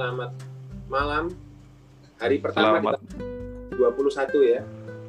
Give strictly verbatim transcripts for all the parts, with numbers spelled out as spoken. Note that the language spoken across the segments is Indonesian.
selamat malam. Hari pertama selamat. Kita dua puluh satu ya.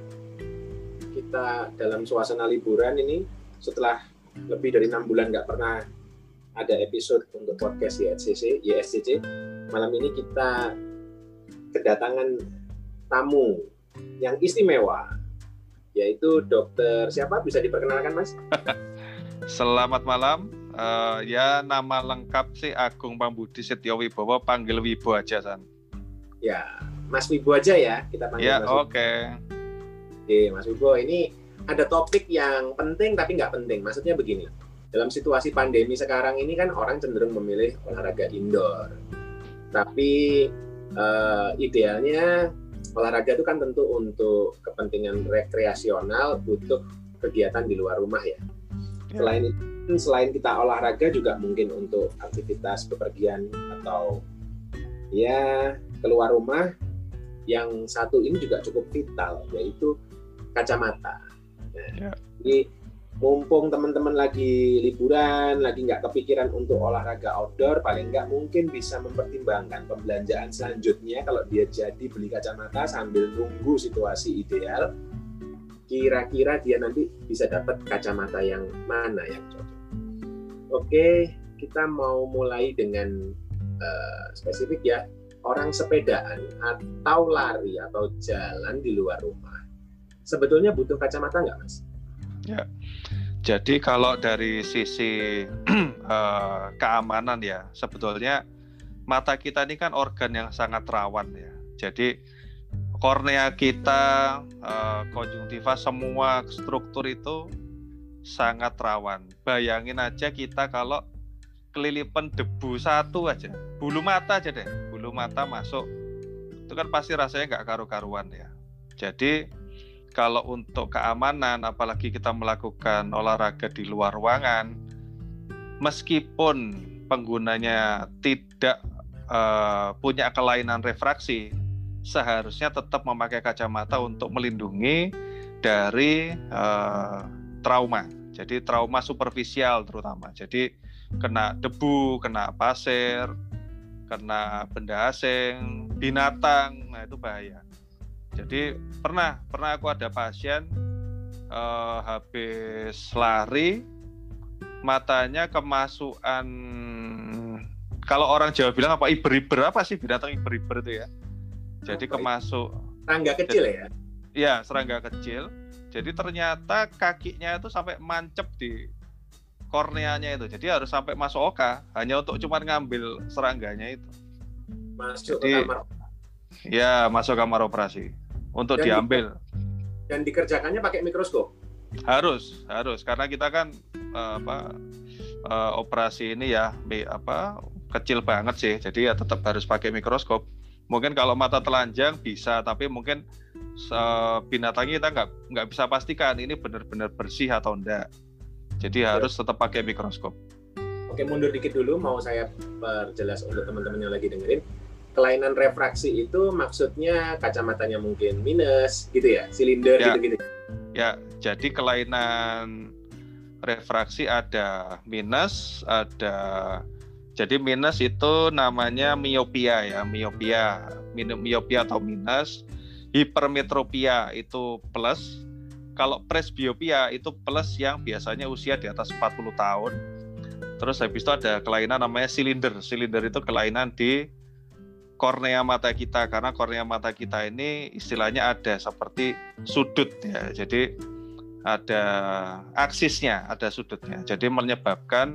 Kita dalam suasana liburan ini setelah lebih dari enam bulan nggak pernah ada episode untuk podcast Y S C C, Y S C C. Malam ini kita kedatangan tamu yang istimewa, yaitu dokter siapa? Bisa diperkenalkan, Mas? Selamat malam. Uh, ya nama lengkap sih Agung Pambudi Setyo Wibowo, panggil Wibo aja San. Ya, Mas Wibo aja ya kita panggil. Ya, Mas oke. Okay. Oke, Mas Wibo, ini ada topik yang penting tapi nggak penting. Maksudnya begini, dalam situasi pandemi sekarang ini kan orang cenderung memilih olahraga indoor. Tapi uh, idealnya olahraga itu kan tentu untuk kepentingan rekreasional, butuh kegiatan di luar rumah ya. Selain itu, selain kita olahraga juga mungkin untuk aktivitas bepergian atau ya keluar rumah. Yang satu ini juga cukup vital, yaitu kacamata. Nah, ya. Jadi mumpung teman-teman lagi liburan, lagi nggak kepikiran untuk olahraga outdoor, paling nggak mungkin bisa mempertimbangkan pembelanjaan selanjutnya kalau dia jadi beli kacamata sambil nunggu situasi ideal. Kira-kira dia nanti bisa dapat kacamata yang mana yang cocok. Oke, kita mau mulai dengan uh, spesifik ya, orang sepedaan atau lari atau jalan di luar rumah. Sebetulnya butuh kacamata nggak, Mas? Ya, jadi kalau dari sisi uh, keamanan ya, sebetulnya mata kita ini kan organ yang sangat rawan ya. Jadi kornea kita, uh, konjungtiva, semua struktur itu sangat rawan. Bayangin aja kita kalau kelilipan debu satu aja, bulu mata aja deh, bulu mata masuk, itu kan pasti rasanya nggak karu-karuan ya. Jadi kalau untuk keamanan, apalagi kita melakukan olahraga di luar ruangan, meskipun penggunanya tidak uh, punya kelainan refraksi, seharusnya tetap memakai kacamata untuk melindungi dari uh, trauma. Jadi trauma superficial terutama. Jadi kena debu, kena pasir, kena benda asing, binatang, nah itu bahaya. Jadi pernah pernah aku ada pasien uh, habis lari, matanya kemasukan, kalau orang Jawa bilang apa, iber-iber, apa sih binatang iber-iber itu ya? Jadi kemasuk serangga kecil ya? Iya, serangga kecil. Jadi ternyata kakinya itu sampai mancep di korneanya itu. Jadi harus sampai masuk O K hanya untuk cuma ngambil serangganya itu. Masuk Jadi, ke kamar. Ya, masuk kamar operasi untuk dan diambil. Di, dan dikerjakannya pakai mikroskop. Harus, harus karena kita kan uh, apa uh, operasi ini ya apa kecil banget sih. Jadi ya tetap harus pakai mikroskop. Mungkin kalau mata telanjang bisa, tapi mungkin uh, binatangnya kita nggak nggak bisa pastikan ini benar-benar bersih atau enggak. Jadi ya, harus tetap pakai mikroskop. Oke, mundur dikit dulu, mau saya perjelas untuk teman-teman yang lagi dengerin. Kelainan refraksi itu maksudnya kacamatanya mungkin minus, gitu ya, silinder ya, gitu-gitu. Ya, jadi kelainan refraksi ada minus, ada. Jadi minus itu namanya miopia ya, miopia, miopia atau minus. Hipermetropia itu plus. Kalau presbiopia itu plus yang biasanya usia di atas empat puluh tahun. Terus habis itu ada kelainan namanya silinder. Silinder itu kelainan di kornea mata kita, karena kornea mata kita ini istilahnya ada seperti sudut ya. Jadi ada aksisnya, ada sudutnya. Jadi menyebabkan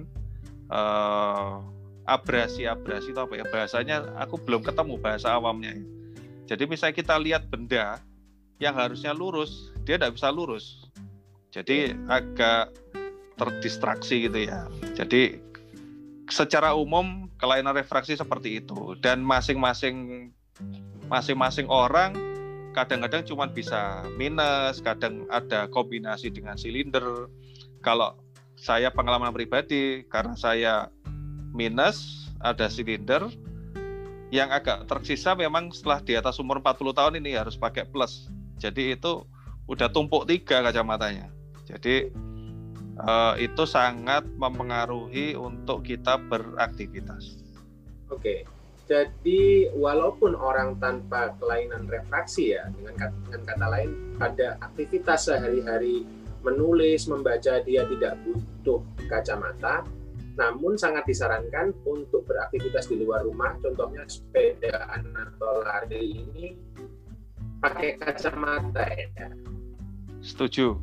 uh, abrasi-abrasi itu apa ya, bahasanya aku belum ketemu bahasa awamnya. Jadi misalnya kita lihat benda yang harusnya lurus, dia tidak bisa lurus. Jadi agak terdistraksi gitu ya. Jadi secara umum kelainan refraksi seperti itu, dan masing-masing masing-masing orang kadang-kadang cuma bisa minus, kadang ada kombinasi dengan silinder. Kalau saya pengalaman pribadi, karena saya minus, ada silinder, yang agak tersisa memang setelah di atas umur empat puluh tahun ini harus pakai plus. Jadi itu udah tumpuk tiga kacamatanya. Jadi uh, itu sangat mempengaruhi untuk kita beraktivitas. Oke, Jadi walaupun orang tanpa kelainan refraksi ya, dengan kata, dengan kata lain, pada aktivitas sehari-hari menulis, membaca dia tidak butuh kacamata, namun sangat disarankan untuk beraktivitas di luar rumah, contohnya sepedaan atau lari ini pakai kacamata ya. Setuju.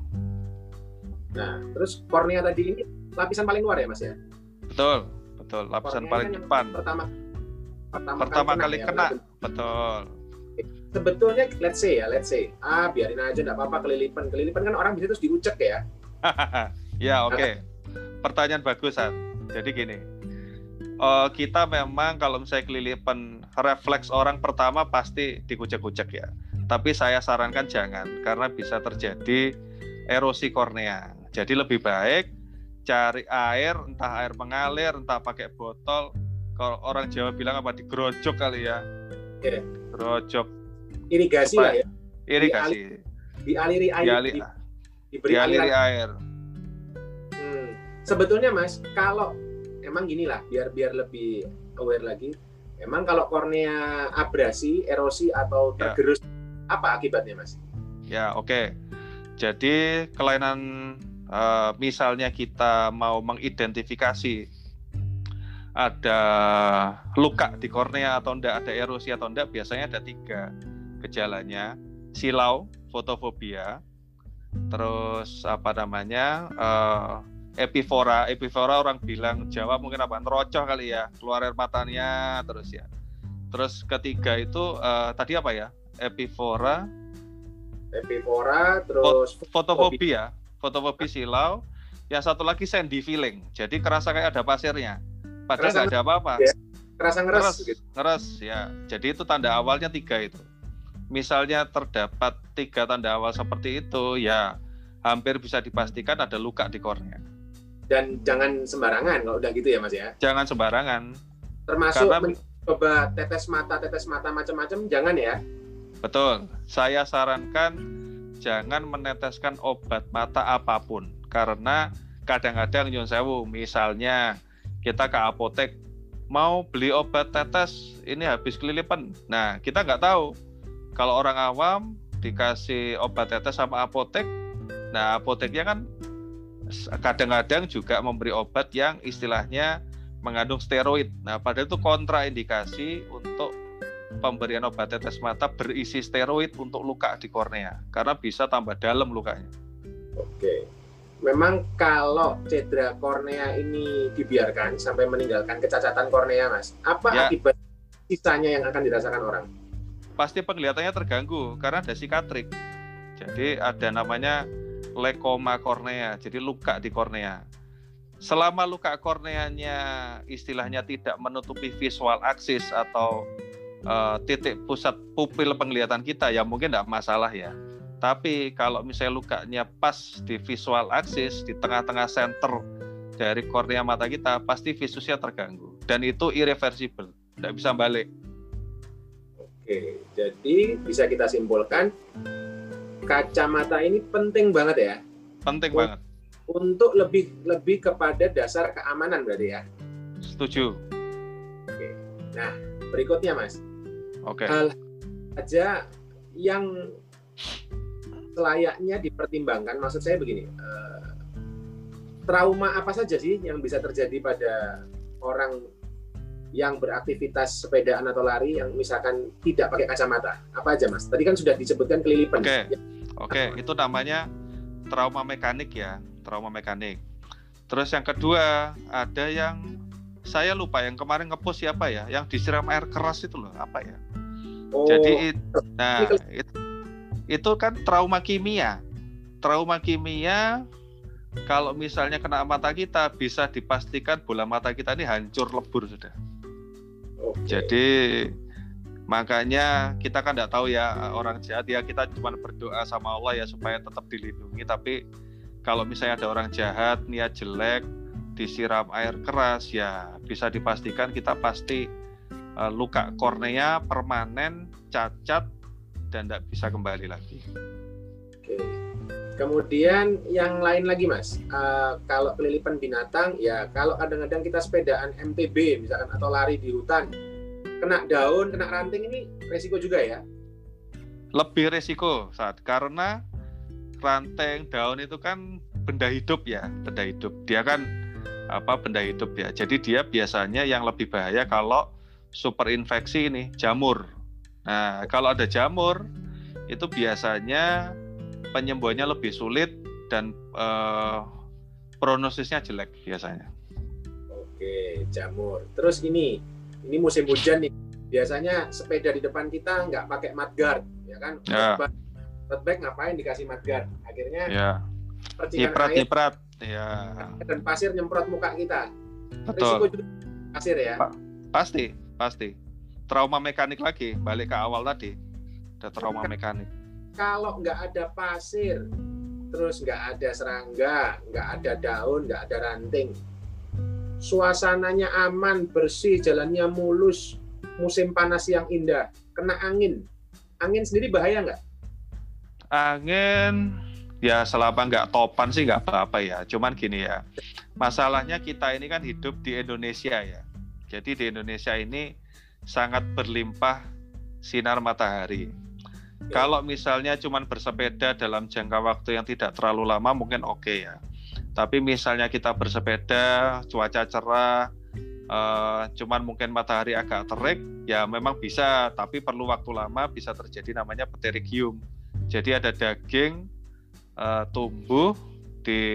Nah, terus kornea tadi ini lapisan paling luar ya Mas ya? Betul, betul. Lapisan kornea paling kan depan. Pertama pertama, pertama kali, kali kena, kena. Ya, betul. Sebetulnya let's say ya, let's say, ah biarin aja nggak apa-apa kelilipan. Kelilipan kan orang bisa terus diucek ya. Ya oke. Okay. Pertanyaan bagus, San. Jadi gini, uh, kita memang kalau misalnya kelilipan, refleks orang pertama pasti dikucek-kucek ya. Tapi saya sarankan jangan, karena bisa terjadi erosi kornea. Jadi lebih baik cari air, entah air mengalir, entah pakai botol. Kalau orang Jawa bilang apa, digerojok kali ya. Yeah. Gerojok. Irigasi apa? lah ya. Irigasi. Dialiri air. Diali, di, diberi dialiri air. Hmm. Sebetulnya Mas, kalau emang gini lah, biar biar lebih aware lagi. Emang kalau kornea abrasi, erosi atau tergerus, ya. Apa akibatnya Mas? Ya oke. Okay. Jadi kelainan uh, misalnya kita mau mengidentifikasi ada luka di kornea atau enggak, ada erosi atau enggak, biasanya ada tiga gejalanya: silau, fotofobia, terus apa namanya uh, epifora. Epifora orang bilang Jawa mungkin apa, nerocoh kali ya, keluar air matanya terus ya. Terus ketiga itu uh, tadi apa ya, epifora, epifora, terus fotofobia, fotofobia, silau. Yang satu lagi sandy feeling, jadi kerasa kayak ada pasirnya. Padahal nggak ada apa-apa. Ya, kerasa ngeres, ngeres, gitu. ngeres ya. Jadi itu tanda awalnya tiga itu. Misalnya terdapat tiga tanda awal seperti itu, ya hampir bisa dipastikan ada luka di kornea. Dan jangan sembarangan kalau udah gitu ya Mas ya. Jangan sembarangan. Termasuk Karena, mencoba tetes mata, tetes mata macam-macam, jangan ya. Betul. Saya sarankan jangan meneteskan obat mata apapun, karena kadang-kadang nyun sewu, misalnya kita ke apotek mau beli obat tetes, ini habis kelilipan. Nah, kita nggak tahu. Kalau orang awam dikasih obat tetes sama apotek, nah apoteknya kan kadang-kadang juga memberi obat yang istilahnya mengandung steroid. Nah, padahal itu kontraindikasi untuk pemberian obat tetes mata berisi steroid untuk luka di kornea, karena bisa tambah dalam lukanya. Oke. Memang kalau cedera kornea ini dibiarkan sampai meninggalkan kecacatan kornea, Mas, apa ya. Akibat sisanya yang akan dirasakan orang? Pasti penglihatannya terganggu karena ada sikatrik. Jadi ada namanya lekoma kornea, jadi luka di kornea. Selama luka korneanya istilahnya tidak menutupi visual aksis atau uh, titik pusat pupil penglihatan kita, ya mungkin tidak masalah ya. Tapi kalau misalnya lukanya pas di visual aksis, di tengah-tengah center dari kornea mata kita, pasti visusnya terganggu. Dan itu irreversible, tidak bisa balik. Oke, jadi bisa kita simpulkan, kacamata ini penting banget ya? Penting untuk, banget. Untuk lebih lebih kepada dasar keamanan berarti ya? Setuju. Oke, nah berikutnya Mas. Oke. Hal aja yang selayaknya dipertimbangkan, maksud saya begini, uh, trauma apa saja sih yang bisa terjadi pada orang yang beraktivitas sepedaan atau lari yang misalkan tidak pakai kacamata? Apa aja Mas? Tadi kan sudah disebutkan kelilipan. Oke, okay. Oke, okay. Itu namanya trauma mekanik ya, trauma mekanik. Terus yang kedua ada yang saya lupa, yang kemarin ngepost siapa ya, yang disiram air keras itu loh, apa ya? Oh. Jadi, nah itu itu kan trauma kimia. Trauma kimia kalau misalnya kena mata kita bisa dipastikan bola mata kita ini hancur lebur sudah. Okay. Jadi makanya kita kan tidak tahu ya orang jahat ya, kita cuma berdoa sama Allah ya supaya tetap dilindungi. Tapi kalau misalnya ada orang jahat niat jelek disiram air keras, ya bisa dipastikan kita pasti uh, luka kornea permanen, cacat, dan tidak bisa kembali lagi. Oke. Kemudian yang lain lagi Mas, uh, kalau kelilipan binatang, ya kalau kadang-kadang kita sepedaan M T B misalkan atau lari di hutan, kena daun, kena ranting ini resiko juga ya? Lebih resiko saat karena ranting, daun itu kan benda hidup ya, benda hidup. Dia kan apa benda hidup ya. Jadi dia biasanya yang lebih bahaya kalau superinfeksi ini jamur. Nah, kalau ada jamur itu biasanya penyembuhannya lebih sulit dan eh, prognosisnya jelek biasanya. Oke, jamur. Terus ini, ini musim hujan nih. Biasanya sepeda di depan kita nggak pakai mudguard, ya kan? Ya. Road bike ngapain dikasih mudguard? Akhirnya Ya. percikan Nyiprat, air nyiprat. Ya. dan pasir nyemprot muka kita. Betul. Risiko juga pasir ya? Pa- Pasti, pasti. Trauma mekanik lagi, balik ke awal tadi. Ada trauma mekanik. Kalau nggak ada pasir, terus nggak ada serangga, nggak ada daun, nggak ada ranting, suasananya aman, bersih, jalannya mulus, musim panas yang indah, kena angin. Angin sendiri bahaya nggak? Angin, ya selama nggak topan sih nggak apa-apa ya. Cuman gini ya, masalahnya kita ini kan hidup di Indonesia ya. Jadi di Indonesia ini sangat berlimpah sinar matahari. Kalau misalnya cuman bersepeda dalam jangka waktu yang tidak terlalu lama mungkin oke okay ya. Tapi misalnya kita bersepeda, cuaca cerah, eh, cuman mungkin matahari agak terik, ya memang bisa, tapi perlu waktu lama, bisa terjadi namanya pterygium. Jadi ada daging eh, tumbuh di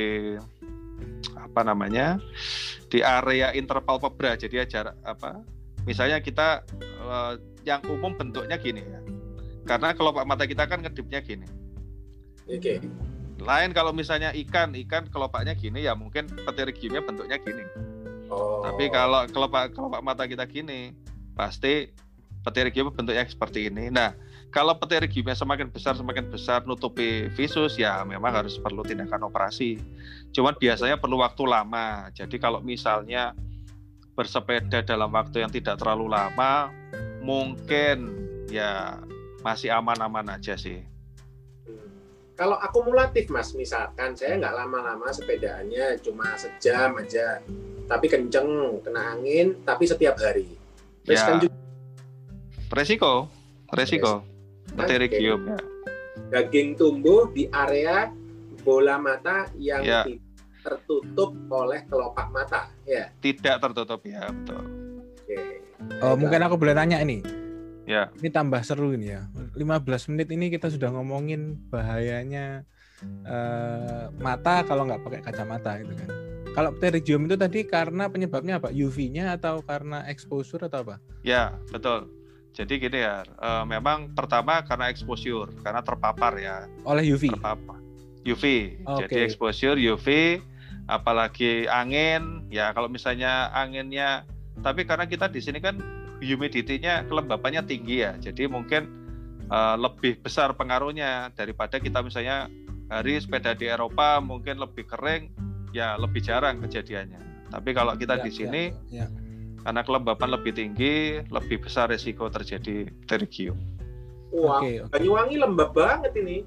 apa namanya di area interpalpebra. Jadi ajar apa? Misalnya kita eh, yang umum bentuknya gini ya. Karena kelopak mata kita kan ngedipnya gini. Oke. Okay. Lain kalau misalnya ikan, ikan kelopaknya gini ya mungkin pterygiumnya bentuknya gini. Oh. Tapi kalau kelopak kelopak mata kita gini, pasti pterygium bentuknya seperti ini. Nah, kalau pterygiumnya semakin besar semakin besar nutupi visus ya memang harus perlu tindakan operasi. Cuman biasanya perlu waktu lama. Jadi kalau misalnya bersepeda dalam waktu yang tidak terlalu lama, mungkin ya masih aman-aman aja sih. Hmm. Kalau akumulatif mas, misalkan saya nggak lama-lama sepedaannya cuma sejam aja, tapi kenceng, kena angin, tapi setiap hari. Ya. Juga... Resiko, resiko, pterygium. Ya. Daging tumbuh di area bola mata yang ya. tertutup oleh kelopak mata, ya? Tidak tertutup ya, betul. Oke. Oh, mungkin aku boleh tanya ini. Ya. Ini tambah seru ini ya. lima belas menit ini kita sudah ngomongin bahayanya uh, mata kalau nggak pakai kacamata gitu kan. Kalau pterygium itu tadi karena penyebabnya apa? U V-nya atau karena exposure atau apa? Ya, betul. Jadi gini ya, uh, memang pertama karena exposure, karena terpapar ya. Oleh U V? Terpapar. U V. Okay. Jadi exposure U V, apalagi angin. Ya kalau misalnya anginnya, tapi karena kita di sini kan humidity-nya, kelembapannya tinggi ya, jadi mungkin uh, lebih besar pengaruhnya daripada kita misalnya hari sepeda di Eropa mungkin lebih kering, ya lebih jarang kejadiannya. Tapi kalau kita ya, di sini, ya, ya. karena kelembapan lebih tinggi, lebih besar resiko terjadi pterygium. Wah, okay, okay. Banyuwangi lembab banget ini.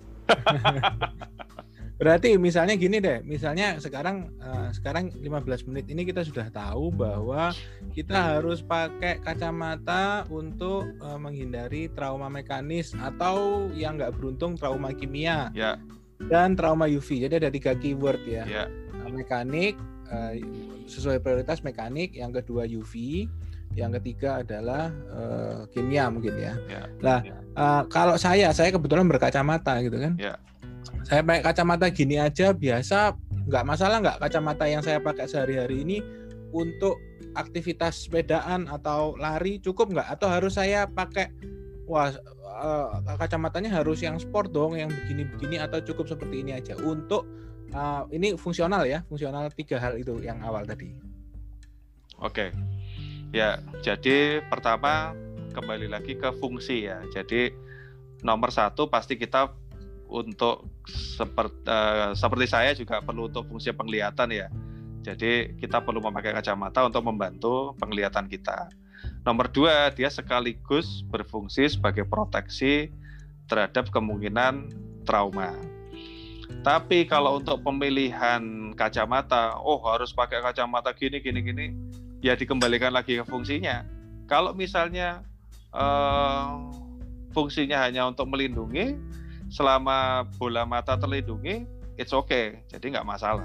Berarti misalnya gini deh, misalnya sekarang uh, sekarang lima belas menit ini kita sudah tahu bahwa kita harus pakai kacamata untuk uh, menghindari trauma mekanis atau yang nggak beruntung trauma kimia ya. Dan trauma U V. Jadi ada tiga keyword ya, ya. Uh, mekanik uh, sesuai prioritas mekanik, yang kedua U V, yang ketiga adalah uh, kimia mungkin ya. ya. Nah ya. Uh, kalau saya saya kebetulan berkacamata gitu kan. Ya. Saya pakai kacamata gini aja biasa, nggak masalah nggak kacamata yang saya pakai sehari-hari ini untuk aktivitas sepedaan atau lari cukup nggak? Atau harus saya pakai, wah uh, kacamatanya harus yang sport dong, yang begini-begini, atau cukup seperti ini aja? Untuk uh, ini fungsional ya, fungsional tiga hal itu yang awal tadi. Oke, ya jadi pertama kembali lagi ke fungsi ya. Jadi nomor satu pasti kita untuk seperti uh, seperti saya juga perlu untuk fungsi penglihatan ya. Jadi kita perlu memakai kacamata untuk membantu penglihatan kita. Nomor dua, dia sekaligus berfungsi sebagai proteksi terhadap kemungkinan trauma. Tapi kalau untuk pemilihan kacamata, oh harus pakai kacamata gini gini gini, ya dikembalikan lagi ke fungsinya. Kalau misalnya uh, fungsinya hanya untuk melindungi, selama bola mata terlindungi, it's okay, jadi nggak masalah.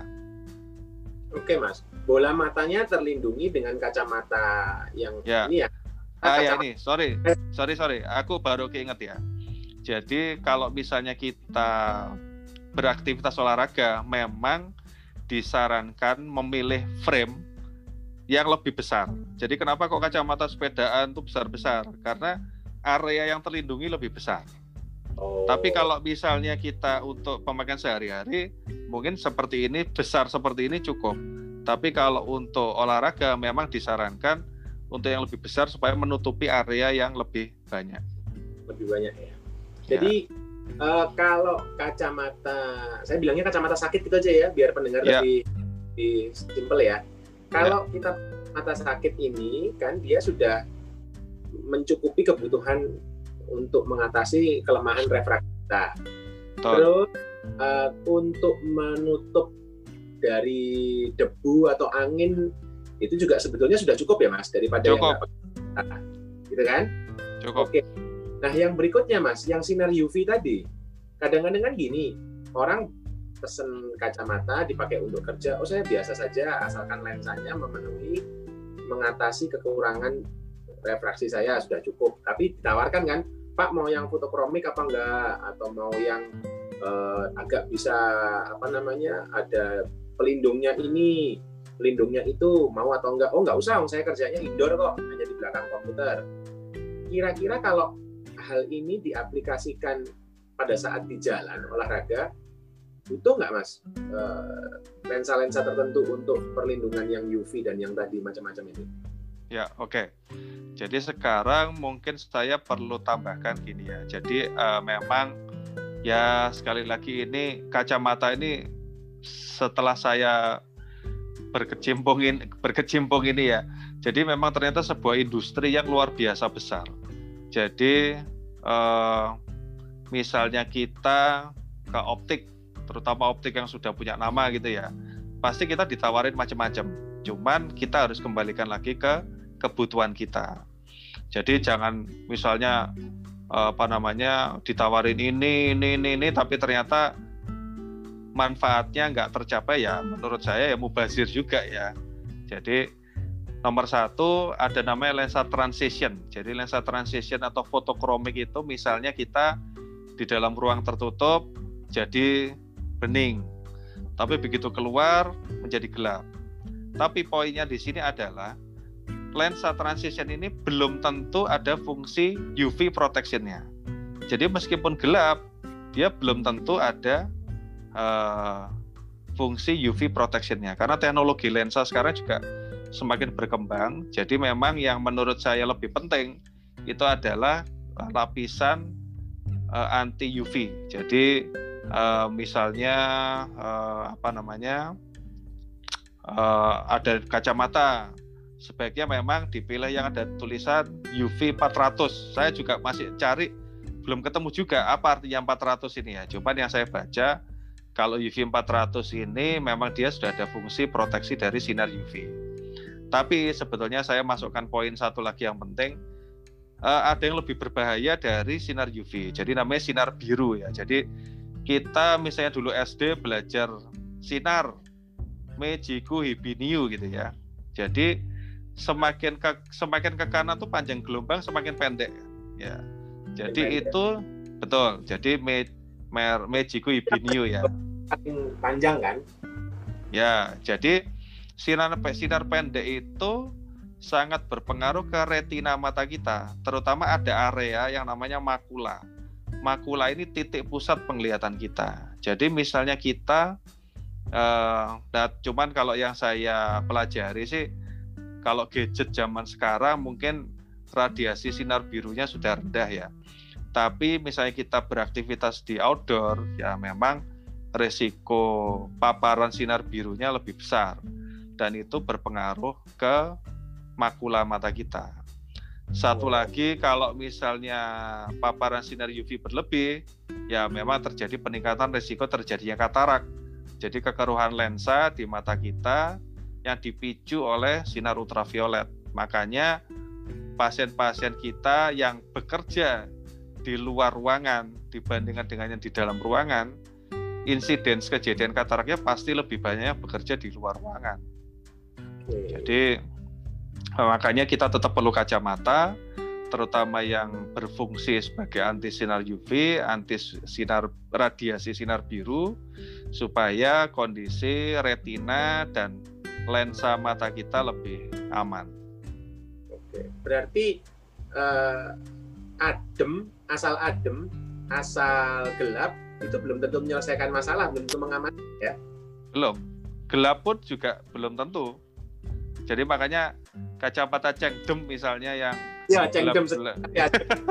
Oke Mas, bola matanya terlindungi dengan kacamata yang ya. ini ya? Ah ya ini, sorry, sorry sorry, aku baru keinget ya. Jadi kalau misalnya kita beraktivitas olahraga, memang disarankan memilih frame yang lebih besar. Jadi kenapa kok kacamata sepedaan itu besar-besar? Karena area yang terlindungi lebih besar. Oh. Tapi kalau misalnya kita untuk pemakaian sehari-hari, mungkin seperti ini, besar seperti ini cukup. Tapi kalau untuk olahraga memang disarankan untuk yang lebih besar supaya menutupi area yang lebih banyak. Lebih banyak ya. Jadi ya. Uh, kalau kacamata, saya bilangnya kacamata sakit itu aja ya, biar pendengar ya. lebih, lebih simpel ya. Kalau ya. kita mata sakit ini kan dia sudah mencukupi kebutuhan untuk mengatasi kelemahan refraksi kita. Terus uh, untuk menutup dari debu atau angin itu juga sebetulnya sudah cukup ya Mas, daripada cukup. yang nggak, gitu kan? Cukup. Oke. Nah yang berikutnya Mas, yang sinar U V tadi, kadang-kadang kan gini, orang pesen kacamata dipakai untuk kerja, oh saya biasa saja asalkan lensanya memenuhi mengatasi kekurangan refraksi saya sudah cukup. Tapi ditawarkan kan, Pak mau yang fotokromik apa enggak, atau mau yang eh, agak bisa apa namanya ada pelindungnya ini, pelindungnya itu mau atau enggak? Oh enggak usah, saya kerjanya indoor kok, hanya di belakang komputer. Kira-kira kalau hal ini diaplikasikan pada saat di jalan olahraga, butuh nggak Mas lensa-lensa tertentu untuk perlindungan yang U V dan yang tadi macam-macam itu? Ya oke. Okay. Jadi sekarang mungkin saya perlu tambahkan gini ya. Jadi uh, memang ya sekali lagi ini kacamata ini setelah saya berkecimpung ini, berkecimpung ini ya. Jadi memang ternyata sebuah industri yang luar biasa besar. Jadi uh, misalnya kita ke optik, terutama optik yang sudah punya nama gitu ya, pasti kita ditawarin macam-macam. Cuman kita harus kembalikan lagi ke kebutuhan kita. Jadi jangan misalnya apa namanya ditawarin ini, ini, ini, ini, tapi ternyata manfaatnya nggak tercapai ya. Menurut saya ya mubazir juga ya. Jadi nomor satu ada namanya lensa transition. Jadi lensa transition atau fotokromik itu misalnya kita di dalam ruang tertutup jadi bening, tapi begitu keluar menjadi gelap. Tapi poinnya di sini adalah lensa transition ini belum tentu ada fungsi U V protection-nya. Jadi meskipun gelap, dia belum tentu ada uh, fungsi U V protection-nya. Karena teknologi lensa sekarang juga semakin berkembang. Jadi memang yang menurut saya lebih penting itu adalah lapisan uh, anti U V. Jadi uh, misalnya uh, apa namanya uh, ada kacamata, sebaiknya memang dipilih yang ada tulisan U V empat ratus. Saya juga masih cari, belum ketemu juga apa artinya empat ratus ini ya. Cuman yang saya baca, kalau U V empat ratus ini memang dia sudah ada fungsi proteksi dari sinar U V. Tapi sebetulnya saya masukkan poin satu lagi yang penting, uh, ada yang lebih berbahaya dari sinar U V. Jadi namanya sinar biru ya. Jadi kita misalnya dulu S D belajar sinar Meiji-ku Hibiniu gitu ya. Jadi semakin ke semakin ke kanan tuh panjang gelombang semakin pendek ya. Jadi itu betul. Jadi me, me, Meiji-ku Hibiniu ya. Panjang kan? Ya, jadi sinar sinar pendek itu sangat berpengaruh ke retina mata kita, terutama ada area yang namanya makula. Makula ini titik pusat penglihatan kita. Jadi misalnya kita uh, nah, cuman kalau yang saya pelajari sih, kalau gadget zaman sekarang mungkin radiasi sinar birunya sudah rendah ya. Tapi misalnya kita beraktivitas di outdoor, ya memang resiko paparan sinar birunya lebih besar. Dan itu berpengaruh ke makula mata kita. Satu lagi, kalau misalnya paparan sinar U V berlebih, ya memang terjadi peningkatan risiko terjadinya katarak. Jadi kekeruhan lensa di mata kita yang dipicu oleh sinar ultraviolet. Makanya pasien-pasien kita yang bekerja di luar ruangan dibandingkan dengan yang di dalam ruangan, insiden kejadian kataraknya pasti lebih banyak yang bekerja di luar ruangan. Oke. Jadi makanya kita tetap perlu kacamata, terutama yang berfungsi sebagai anti sinar U V, anti sinar radiasi sinar biru, supaya kondisi retina dan lensa mata kita lebih aman. Oke. Berarti uh, adem, asal adem, asal gelap itu belum tentu menyelesaikan masalah, belum tentu mengamankan ya. Belum. Gelap pun juga belum tentu. Jadi makanya kacamata cengdem misalnya yang ya cengdem ya.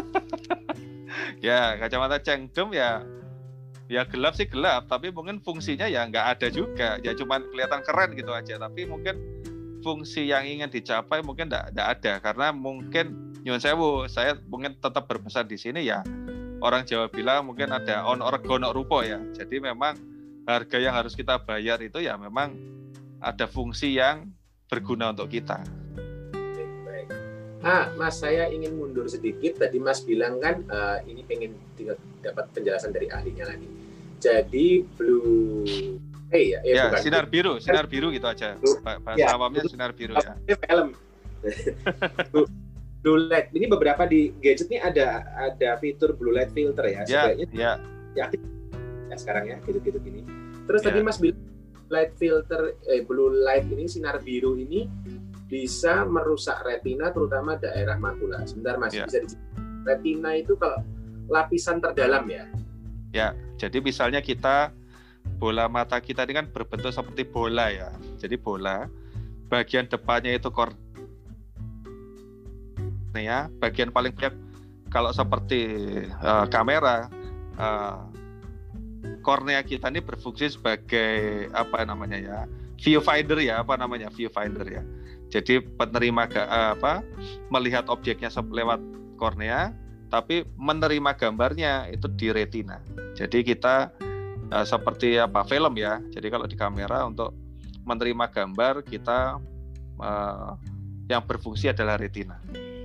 ya kacamata cengdem ya ya gelap sih gelap, tapi mungkin fungsinya ya nggak ada juga, ya cuman kelihatan keren gitu aja, tapi mungkin fungsi yang ingin dicapai mungkin nggak ada, karena mungkin nyuwun sewu, saya mungkin tetap berpesan di sini ya, orang Jawa bilang mungkin ada on orgo nok rupo ya, jadi memang harga yang harus kita bayar itu ya memang ada fungsi yang berguna untuk kita. Baik, baik. Ah, Mas, saya ingin mundur sedikit. Tadi Mas bilang kan uh, ini pengen dapat penjelasan dari ahlinya lagi. Jadi blue, eh ya, eh, ya bukan. sinar biru, sinar biru gitu aja. Bahasa ya, awamnya sinar biru ya. Film. blue, blue light. Ini beberapa di gadget ini ada ada fitur blue light filter ya. Ya, ya. Ya, ya sekarang ya, gitu-gitu gini. Terus ya. tadi Mas bilang light filter, eh, blue light ini, sinar biru ini bisa merusak retina, terutama daerah makula. Sebentar Mas, ya. bisa dijelaskan. Retina itu kalau lapisan terdalam ya? Ya, jadi misalnya kita, bola mata kita ini kan berbentuk seperti bola ya. Jadi bola, bagian depannya itu kornea, bagian paling banyak kalau seperti uh, kamera, uh, kornea kita ini berfungsi sebagai apa namanya ya, viewfinder ya, apa namanya viewfinder ya. Jadi penerima apa melihat objeknya lewat kornea, tapi menerima gambarnya itu di retina. Jadi kita uh, seperti apa film ya. Jadi kalau di kamera untuk menerima gambar kita uh, yang berfungsi adalah retina.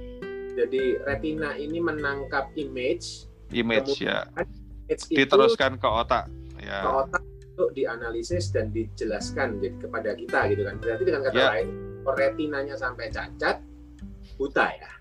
Jadi retina ini menangkap image, image ya. Image diteruskan ke otak ya. Ke otak untuk dianalisis dan dijelaskan jadi kepada kita gitu kan. Berarti dengan kata ya. lain, kalau retinanya sampai cacat, buta ya.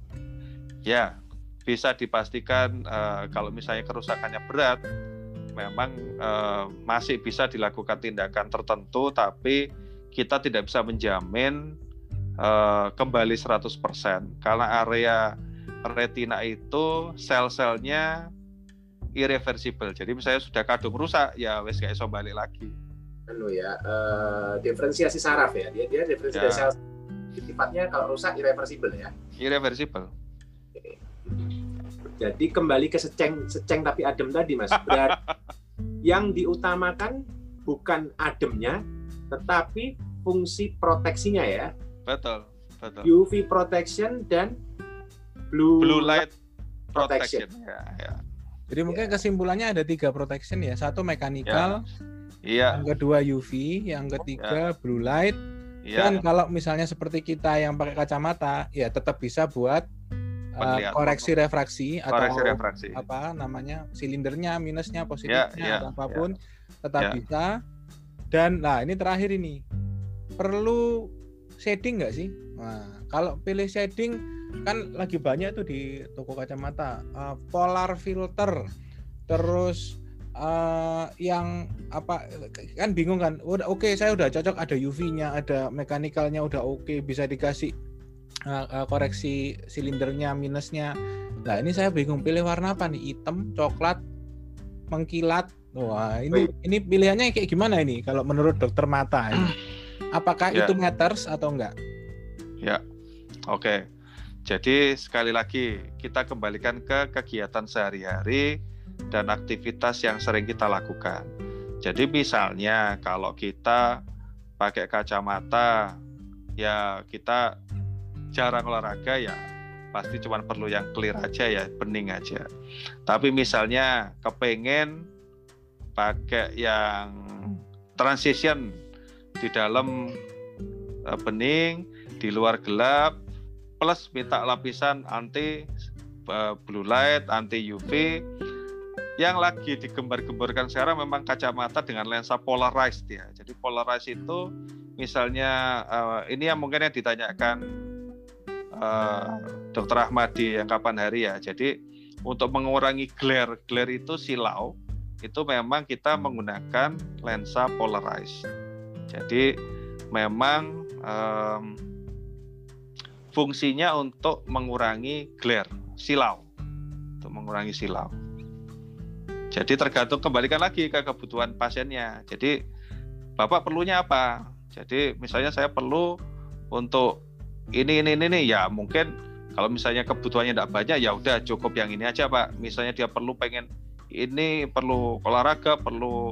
Ya, bisa dipastikan uh, kalau misalnya kerusakannya berat, memang uh, masih bisa dilakukan tindakan tertentu, tapi kita tidak bisa menjamin uh, kembali seratus persen karena area retina itu sel-selnya irreversible. Jadi misalnya sudah kadung rusak, ya wes gak iso balik lagi. Anu ya, uh, diferensiasi saraf ya. Dia dia diferensiasi ya. sel sifatnya kalau rusak irreversible ya. Irreversible. Oke. Jadi kembali ke seceng seceng tapi adem tadi Mas. Berarti yang diutamakan bukan ademnya, tetapi fungsi proteksinya ya. Betul, betul. U V protection dan blue, blue light protection. protection. Ya, ya. Jadi mungkin kesimpulannya ada tiga protection ya. Satu mechanical, ya. yang kedua U V, yang ketiga ya. blue light. Ya. Dan kalau misalnya seperti kita yang pakai kacamata, ya tetap bisa buat uh, koreksi refraksi koreksi atau refraksi. apa namanya silindernya, minusnya, positifnya, ya, ya, atau apapun ya. tetap ya. bisa. Dan nah ini terakhir ini perlu shading nggak sih? Nah kalau pilih shading kan lagi banyak tuh di toko kacamata uh, polar filter, terus uh, yang apa kan bingung kan, udah oke okay, saya udah cocok, ada U V-nya, ada mechanical-nya udah oke, okay, bisa dikasih uh, uh, koreksi silindernya, minusnya. Nah ini saya bingung pilih warna apa nih, hitam, coklat, mengkilat. Wah ini ini pilihannya kayak gimana ini kalau menurut dokter mata ini? Apakah ya. itu matters atau enggak? Ya, oke. Okay. Jadi sekali lagi kita kembalikan ke kegiatan sehari-hari dan aktivitas yang sering kita lakukan. Jadi misalnya kalau kita pakai kacamata, ya kita jarang olahraga ya pasti cuma perlu yang clear aja ya, bening aja. Tapi misalnya kepengen pakai yang transition di dalam bening, di luar gelap, plus minta lapisan anti uh, blue light, anti U V. Yang lagi digembar-gemborkan sekarang memang kacamata dengan lensa polarized ya. Jadi polarized itu misalnya uh, ini yang mungkin yang ditanyakan uh, Dokter Ahmadi yang kapan hari ya. Jadi untuk mengurangi glare, glare itu silau, itu memang kita menggunakan lensa polarized. Jadi memang um, fungsinya untuk mengurangi glare, silau, untuk mengurangi silau. Jadi tergantung, kembalikan lagi ke kebutuhan pasiennya. Jadi Bapak perlunya apa? Jadi misalnya saya perlu untuk ini ini ini, ini. Ya mungkin kalau misalnya kebutuhannya tidak banyak ya udah cukup yang ini aja Pak. Misalnya dia perlu pengen ini, perlu olahraga, perlu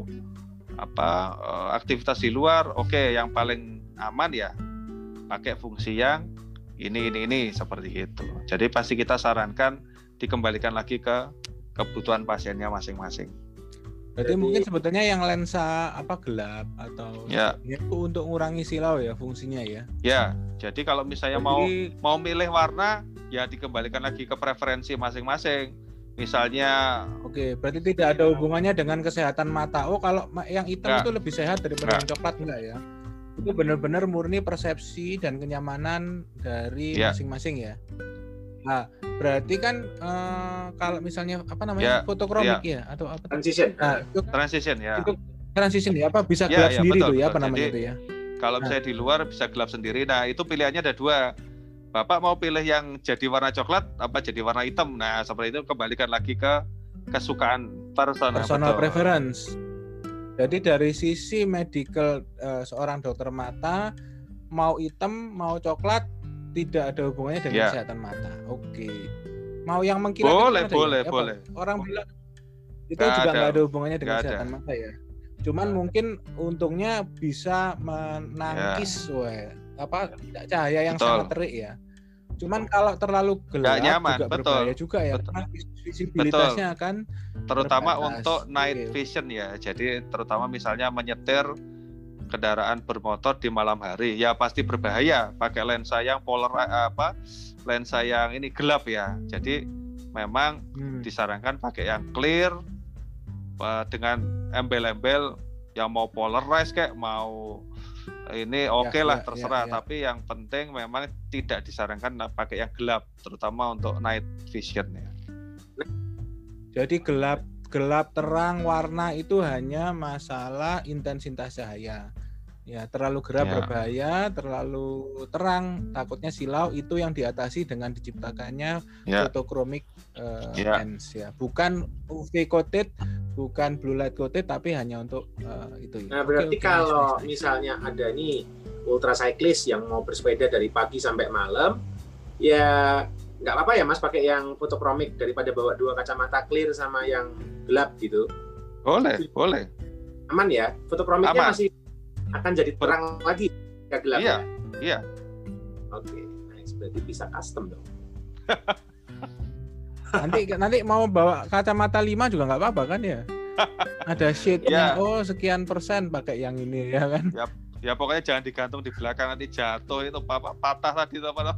apa aktivitas di luar, oke okay, yang paling aman ya pakai fungsi yang ini ini ini seperti itu. Jadi pasti kita sarankan dikembalikan lagi ke kebutuhan pasiennya masing-masing. Berarti Jadi, mungkin sebetulnya yang lensa apa gelap atau ya. itu untuk mengurangi silau ya fungsinya ya. Ya, jadi kalau misalnya jadi, mau mau milih warna ya dikembalikan lagi ke preferensi masing-masing. Misalnya, oke, berarti tidak ada hubungannya dengan kesehatan mata. Oh, kalau yang hitam ya. itu lebih sehat daripada ya. yang coklat enggak ya? Itu benar-benar murni persepsi dan kenyamanan dari ya. masing-masing ya. Nah, berarti kan uh, kalau misalnya apa namanya ya, fotokromik ya. ya atau apa? Transition. Nah, itu, transition ya. Itu transition ya apa bisa gelap ya, sendiri ya, betul, tuh ya betul. apa namanya Jadi, itu ya? Kalau nah. saya di luar bisa gelap sendiri. Nah, itu pilihannya ada dua. Bapak mau pilih yang jadi warna coklat apa jadi warna hitam? Nah, seperti itu kembalikan lagi ke kesukaan personal, personal preference. Jadi dari sisi medical uh, seorang dokter mata mau hitam mau coklat tidak ada hubungannya dengan ya. kesehatan mata. Oke. Mau yang mengkilat boleh, itu boleh, ya? boleh. Orang bilang itu gak juga nggak ada. ada hubungannya dengan gak kesehatan ada. mata ya. Cuman gak mungkin ada. untungnya bisa menangkis ya. we, apa cahaya yang betul. sangat terik ya. Cuman kalau terlalu gelap nyaman, juga betul. berbahaya juga ya. Betul. Karena visibilitasnya akan terutama terbatas. Untuk night okay. vision ya. Jadi terutama misalnya menyetir kendaraan bermotor di malam hari ya pasti berbahaya pakai lensa yang polar apa lensa yang ini gelap ya. Jadi memang hmm. disarankan pakai yang clear uh, dengan embel-embel yang mau polarized kayak mau ini oke okay ya, lah ya, terserah ya, ya. Tapi yang penting memang tidak disarankan pakai yang gelap terutama untuk night vision ya. Jadi gelap gelap terang warna itu hanya masalah intensitas cahaya. Ya, terlalu gelap ya. berbahaya, terlalu terang takutnya silau, itu yang diatasi dengan diciptakannya ya. photochromic uh, ya. lens ya. Bukan U V coated, bukan blue light coated tapi hanya untuk uh, itu. Nah, berarti okay, kalau okay. misalnya ada nih ultra cyclist yang mau bersepeda dari pagi sampai malam, ya nggak apa-apa ya Mas pakai yang photochromic daripada bawa dua kacamata clear sama yang gelap gitu. Boleh, boleh. Aman ya? Photochromicnya masih akan jadi terang Ber- lagi nggak gelap iya, ya? Iya. Oke, nice. Berarti bisa custom dong. nanti nanti mau bawa kacamata lima juga nggak apa-apa kan ya? Ada shade-nya, ya. oh sekian persen pakai yang ini ya kan? Ya, ya pokoknya jangan digantung di belakang nanti jatuh itu apa patah tadi apa?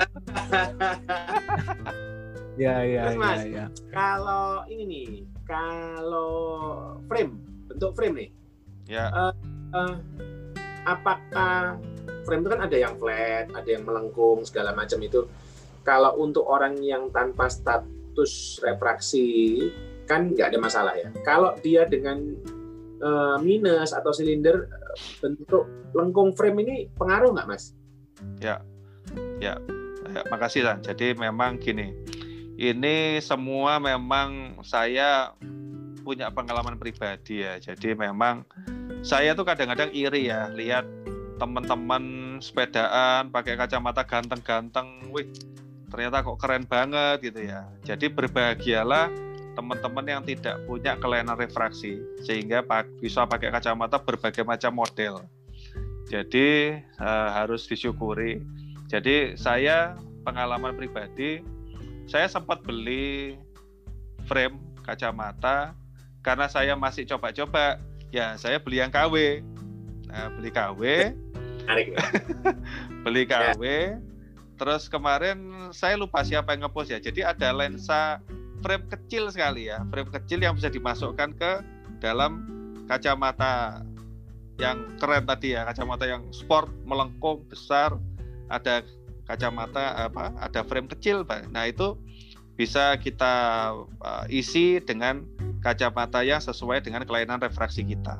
Ya ya Terus, Mas, ya, ya. Kalau ini nih, kalau frame, bentuk frame nih. Ya. Uh, uh, apakah frame itu kan ada yang flat, ada yang melengkung segala macam itu. Kalau untuk orang yang tanpa status refraksi kan nggak ada masalah ya. Kalau dia dengan uh, minus atau silinder bentuk lengkung frame ini pengaruh nggak, Mas? Ya, ya. ya makasih San. Jadi memang gini. Ini semua memang saya punya pengalaman pribadi ya. Jadi memang saya tuh kadang-kadang iri ya lihat teman-teman sepedaan pakai kacamata ganteng-ganteng. Wih, ternyata kok keren banget gitu ya. Jadi berbahagialah teman-teman yang tidak punya kelainan refraksi sehingga bisa pakai kacamata berbagai macam model. Jadi uh, harus disyukuri. Jadi saya pengalaman pribadi, saya sempat beli frame kacamata karena saya masih coba-coba. Ya, saya beli yang K W. Nah, beli K W. beli K W. terus kemarin saya lupa siapa yang ngepost ya. Jadi ada lensa frame kecil sekali ya, frame kecil yang bisa dimasukkan ke dalam kacamata yang keren tadi ya, kacamata yang sport melengkung besar, ada kacamata apa, ada frame kecil, Pak. Nah itu bisa kita uh, isi dengan kacamata yang sesuai dengan kelainan refraksi kita.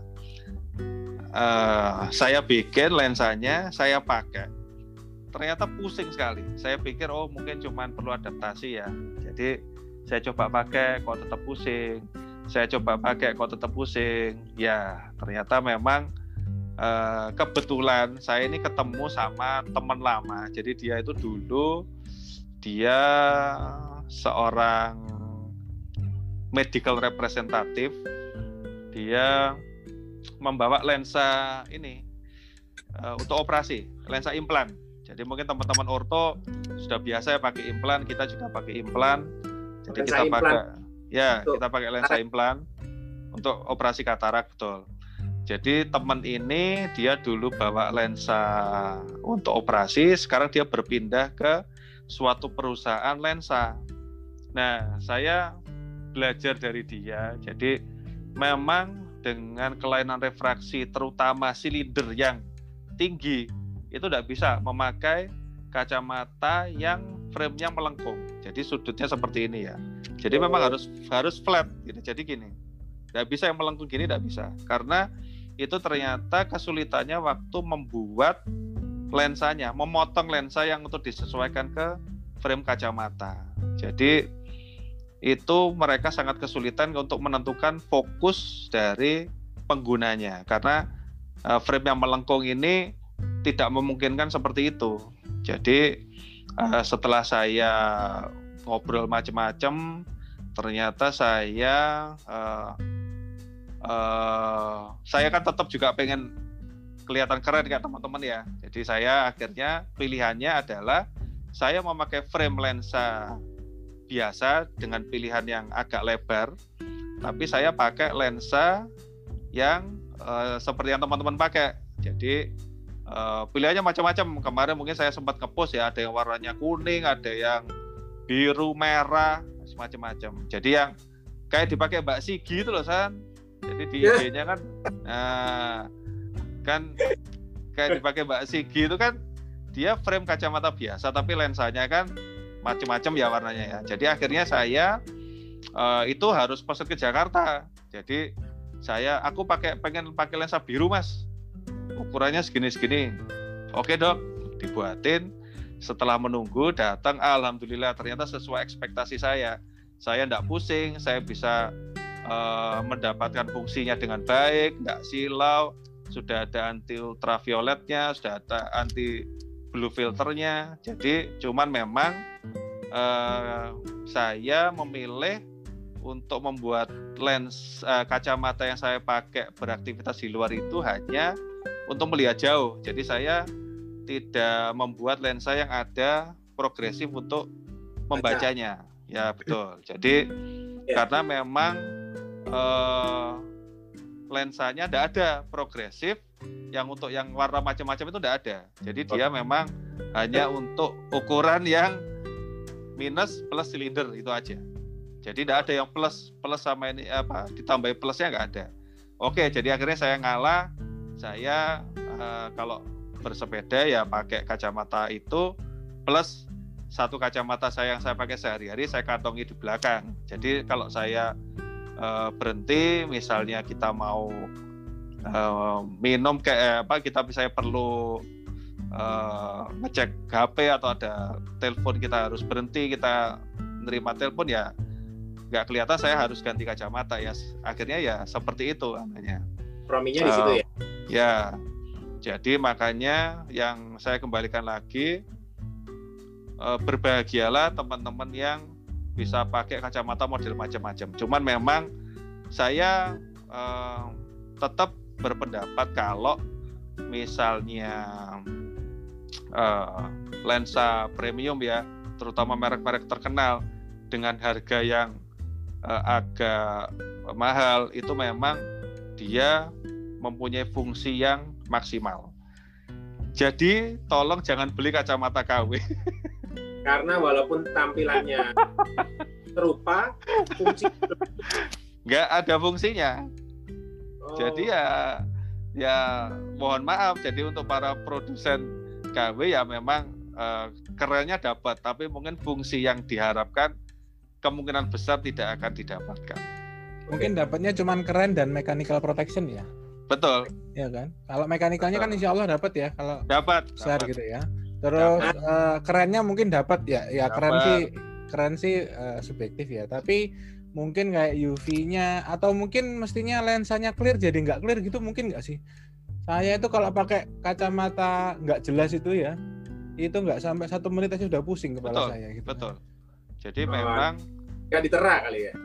Uh, saya bikin lensanya, saya pakai. Ternyata pusing sekali. Saya pikir oh mungkin cuma perlu adaptasi ya. Jadi saya coba pakai, kok tetap pusing. Saya coba pakai, kok tetap pusing. Ya ternyata memang uh, kebetulan saya ini ketemu sama teman lama. Jadi dia itu dulu dia seorang medical representative, dia membawa lensa ini uh, untuk operasi, lensa implan. Jadi mungkin teman-teman orto sudah biasa ya pakai implan, kita juga pakai implan. Jadi lensa kita implan. pakai, ya untuk kita pakai lensa katarak. implan untuk operasi katarak, betul. Jadi teman ini dia dulu bawa lensa untuk operasi, sekarang dia berpindah ke suatu perusahaan lensa. Nah, saya belajar dari dia. Jadi memang dengan kelainan refraksi terutama silinder yang tinggi itu tidak bisa memakai kacamata yang frame-nya melengkung. Jadi sudutnya seperti ini ya. Jadi oh. memang harus harus flat gitu. Jadi gini. Tidak bisa yang melengkung gini, tidak bisa. Karena itu ternyata kesulitannya waktu membuat lensanya, memotong lensa yang untuk disesuaikan ke frame kacamata. Jadi itu mereka sangat kesulitan untuk menentukan fokus dari penggunanya karena uh, frame yang melengkung ini tidak memungkinkan seperti itu. Jadi uh, setelah saya ngobrol macam-macam, ternyata saya uh, uh, saya kan tetap juga pengen kelihatan keren kan teman-teman ya. Jadi saya akhirnya pilihannya adalah saya memakai frame lensa biasa dengan pilihan yang agak lebar, tapi saya pakai lensa yang uh, seperti yang teman-teman pakai. Jadi uh, pilihannya macam-macam. Kemarin mungkin saya sempat ngepost ya, ada yang warnanya kuning, ada yang biru, merah, macam-macam. Jadi yang kayak dipakai Mbak Sigi itu loh, San. Jadi di I G-nya kan, nah, kan kayak dipakai Mbak Sigi itu kan dia frame kacamata biasa, tapi lensanya kan macam-macam ya warnanya ya. Jadi akhirnya saya uh, itu harus pesan ke Jakarta. Jadi saya aku pakai pengen pakai lensa biru mas, ukurannya segini-segini. Oke dok, dibuatin. Setelah menunggu datang, alhamdulillah ternyata sesuai ekspektasi saya. Saya tidak pusing, saya bisa uh, mendapatkan fungsinya dengan baik, tidak silau. Sudah ada anti ultravioletnya, sudah ada anti blue filternya. Jadi cuman memang uh, saya memilih untuk membuat lens uh, kacamata yang saya pakai beraktivitas di luar itu hanya untuk melihat jauh. Jadi saya tidak membuat lensa yang ada progresif untuk membacanya. Ya betul. Jadi ya. Karena memang uh, lensanya tidak ada progresif, yang untuk yang warna macam-macam itu tidak ada. Jadi dia memang hanya untuk ukuran yang minus plus silinder itu aja. Jadi tidak ada yang plus plus sama ini apa ditambahi plusnya nggak ada. Oke, jadi akhirnya saya ngalah. Saya uh, kalau bersepeda ya pakai kacamata itu plus satu kacamata saya yang saya pakai sehari-hari saya kantongi di belakang. Jadi kalau saya uh, berhenti, misalnya kita mau uh, minum kayak apa, kita misalnya perlu uh, ngecek H P atau ada telepon, kita harus berhenti, kita nerima telepon ya nggak kelihatan saya harus ganti kacamata ya. Akhirnya ya seperti itu namanya. Prominya di situ uh, ya. Ya. Jadi makanya yang saya kembalikan lagi, eh, berbahagialah teman-teman yang bisa pakai kacamata model macam-macam. Cuman memang saya eh, tetap berpendapat kalau misalnya eh, lensa premium ya, terutama merek-merek terkenal dengan harga yang eh, agak mahal, itu memang dia mempunyai fungsi yang maksimal. Jadi tolong jangan beli kacamata K W. Karena walaupun tampilannya serupa, fungsi nggak ada fungsinya. oh, Jadi ya ya mohon maaf. Jadi untuk para produsen K W ya memang eh, kerennya dapat, tapi mungkin fungsi yang diharapkan kemungkinan besar tidak akan didapatkan. Mungkin dapatnya cuman keren dan mechanical protection ya. Betul. Ya kan? Kalau mekanikalnya kan insya Allah dapat ya kalau Dapat. besar dapat. gitu ya. Terus uh, kerennya mungkin dapat ya. Ya keren Dapat. sih, keren sih uh, subjektif ya. Tapi mungkin kayak U V-nya atau mungkin mestinya lensanya clear jadi nggak clear gitu mungkin nggak sih? Saya itu kalau pakai kacamata nggak jelas itu ya, itu nggak sampai satu menit aja udah pusing kepala Betul. saya gitu. Betul. Jadi Oh. memang nggak ditera kali ya.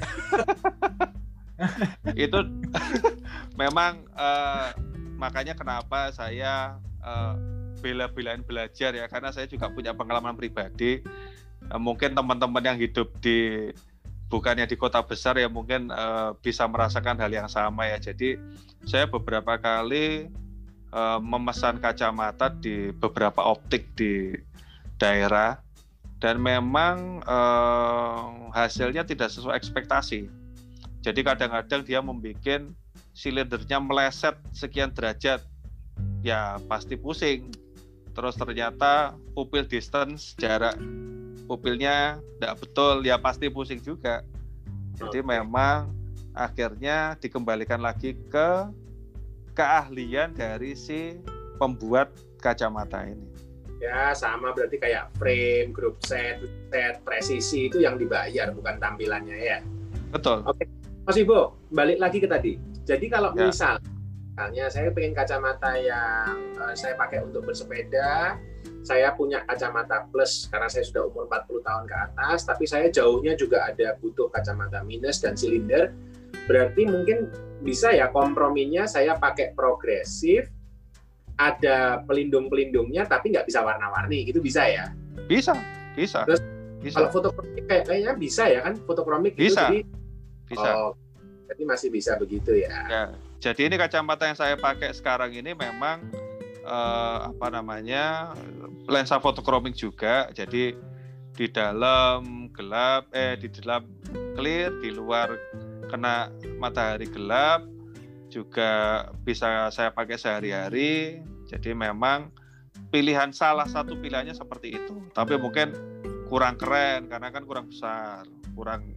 itu memang eh, makanya kenapa saya eh, bela-belain belajar ya, karena saya juga punya pengalaman pribadi. Eh, mungkin teman-teman yang hidup di bukannya di kota besar ya mungkin eh, bisa merasakan hal yang sama ya. Jadi saya beberapa kali eh, memesan kacamata di beberapa optik di daerah dan memang eh, hasilnya tidak sesuai ekspektasi. Jadi kadang-kadang dia membuat silindernya meleset sekian derajat, ya pasti pusing. Terus ternyata pupil distance, jarak pupilnya tidak betul, ya pasti pusing juga. Jadi Oke. memang akhirnya dikembalikan lagi ke keahlian dari si pembuat kacamata ini. Ya sama berarti kayak frame, group set, set, presisi itu yang dibayar bukan tampilannya ya. Betul. Oke, Mas Ibo, balik lagi ke tadi. Jadi kalau Ya. misal, misalnya saya pengen kacamata yang uh, saya pakai untuk bersepeda, saya punya kacamata plus karena saya sudah umur empat puluh tahun ke atas, tapi saya jauhnya juga ada butuh kacamata minus dan silinder. Berarti mungkin bisa ya komprominya saya pakai progresif, ada pelindung-pelindungnya tapi nggak bisa warna-warni, gitu bisa ya? Bisa, bisa. Terus bisa. Kalau fotokromik kayak kayaknya bisa ya kan, fotokromik gitu, Bisa. jadi Bisa. oh, jadi masih bisa begitu ya. Ya, jadi ini kacamata yang saya pakai sekarang ini memang eh, apa namanya lensa fotokromik juga. Jadi di dalam gelap, eh di dalam clear, di luar kena matahari gelap, juga bisa saya pakai sehari-hari. Jadi memang pilihan salah satu pilihannya seperti itu. Tapi mungkin kurang keren karena kan kurang besar, kurang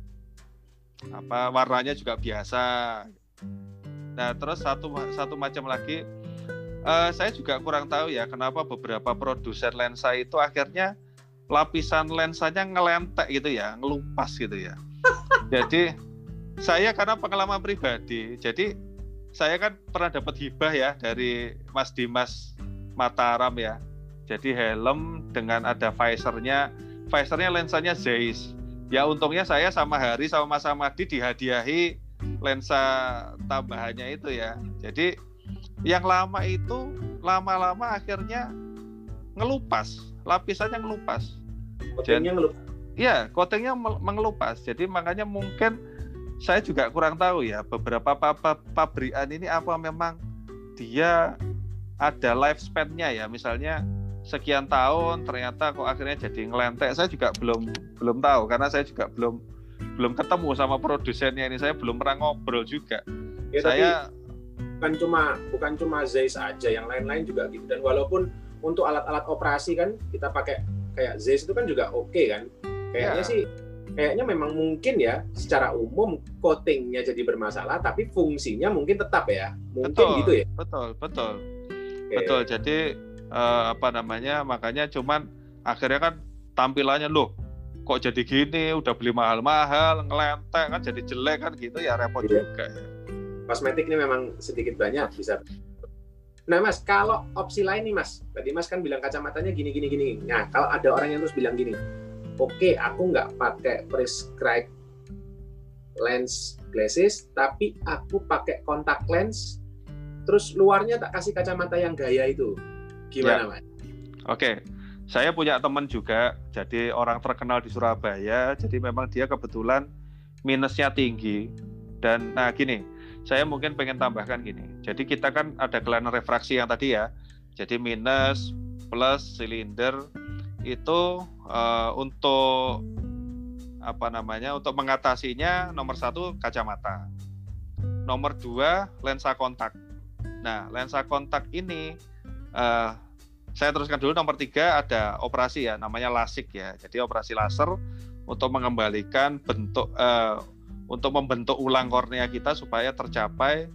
apa warnanya juga biasa. Nah terus satu satu macam lagi uh, saya juga kurang tahu ya kenapa beberapa produsen lensa itu akhirnya lapisan lensanya ngelentek gitu ya, ngelupas gitu ya. Jadi saya karena pengalaman pribadi, jadi saya kan pernah dapat hibah ya dari Mas Dimas Mataram ya. Jadi helm dengan ada visornya, visornya lensanya Zeiss. Ya untungnya saya sama Hari sama Mas Amadi dihadiahi lensa tambahannya itu ya. Jadi yang lama itu lama-lama akhirnya ngelupas, lapisannya ngelupas. Coatingnya ngelupas. Iya, coatingnya mengelupas. Jadi makanya mungkin saya juga kurang tahu ya beberapa pabrikan ini apa memang dia ada lifespan-nya ya, misalnya sekian tahun ternyata kok akhirnya jadi ngelentek. Saya juga belum belum tahu karena saya juga belum belum ketemu sama produsennya ini, saya belum pernah ngobrol juga. Ya, Saya bukan cuma bukan cuma Zeiss aja, yang lain-lain juga gitu. Dan walaupun untuk alat-alat operasi kan kita pakai kayak Zeiss itu kan juga oke okay, kan. Kayaknya ya. sih kayaknya memang mungkin ya secara umum coatingnya jadi bermasalah tapi fungsinya mungkin tetap ya. Mungkin betul, gitu ya. Betul, betul. Okay. Betul. Jadi eh, apa namanya? Makanya cuman akhirnya kan tampilannya loh kok jadi gini, udah beli mahal-mahal, ngelentek kan jadi jelek kan gitu ya, repot yeah. juga. Kosmetik ini memang sedikit banyak bisa. Nah Mas, kalau opsi lain nih Mas, tadi Mas kan bilang kacamatanya gini gini gini. Nah kalau ada orang yang terus bilang gini, oke okay, aku nggak pakai prescribed lens glasses, tapi aku pakai kontak lens, terus luarnya tak kasih kacamata yang gaya itu, gimana ya. Mas? Oke, saya punya teman juga, jadi orang terkenal di Surabaya, jadi memang dia kebetulan minusnya tinggi. Dan nah gini, saya mungkin pengen tambahkan gini, jadi kita kan ada kelainan refraksi yang tadi ya, jadi minus, plus, silinder, itu uh, untuk apa namanya untuk mengatasinya nomor satu kacamata, nomor dua lensa kontak. Nah lensa kontak ini uh, saya teruskan dulu. Nomor tiga ada operasi ya, namanya LASIK ya. Jadi operasi laser untuk mengembalikan bentuk uh, untuk membentuk ulang kornea kita supaya tercapai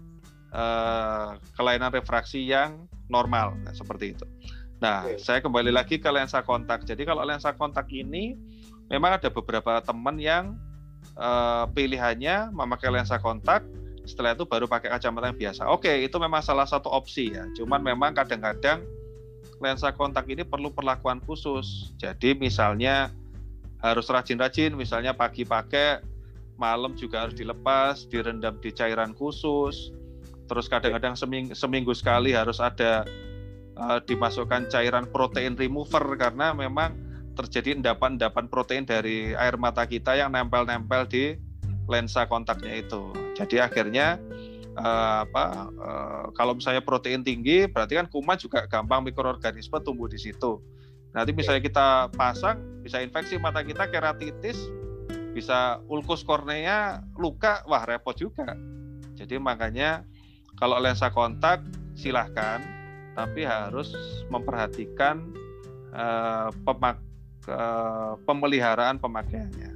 uh, kelainan refraksi yang normal, nah, seperti itu. Nah, okay. Saya kembali lagi ke lensa kontak. Jadi kalau lensa kontak ini memang ada beberapa teman yang uh, pilihannya memakai lensa kontak, setelah itu baru pakai kacamata yang biasa. Oke, okay, itu memang salah satu opsi ya. Cuman memang kadang-kadang lensa kontak ini perlu perlakuan khusus. Jadi misalnya harus rajin-rajin, misalnya pagi pakai, malam juga harus dilepas, direndam di cairan khusus. Terus kadang-kadang seminggu, seminggu sekali harus ada uh, dimasukkan cairan protein remover karena memang terjadi endapan-endapan protein dari air mata kita yang nempel-nempel di lensa kontaknya itu. Jadi akhirnya uh, apa uh, kalau misalnya protein tinggi berarti kan kuman juga gampang mikroorganisme tumbuh di situ. Nanti misalnya kita pasang bisa infeksi mata kita, keratitis, bisa ulkus kornea, luka, wah repot juga. Jadi makanya kalau lensa kontak silahkan, tapi harus memperhatikan uh, pemak uh, pemeliharaan pemakaiannya.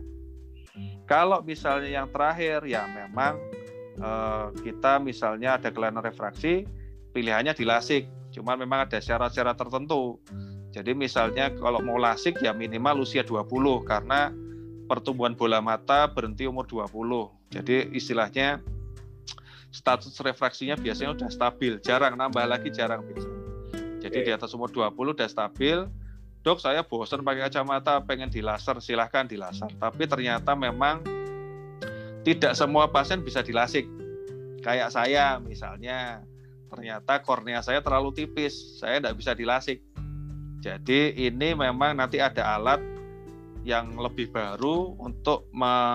Kalau misalnya yang terakhir ya memang uh, kita misalnya ada kelainan refraksi, pilihannya di LASIK. Cuman memang ada syarat-syarat tertentu. Jadi misalnya kalau mau LASIK ya minimal usia dua puluh karena pertumbuhan bola mata berhenti umur dua puluh. Jadi istilahnya status refraksinya biasanya udah stabil, jarang nambah lagi, jarang biasanya. Jadi di atas umur dua puluh udah stabil. Dok, saya bosan pakai kacamata, pengen di laser, silahkan di laser. Tapi ternyata memang tidak semua pasien bisa di LASIK. Kayak saya misalnya, ternyata kornea saya terlalu tipis, saya tidak bisa di LASIK. Jadi ini memang nanti ada alat yang lebih baru untuk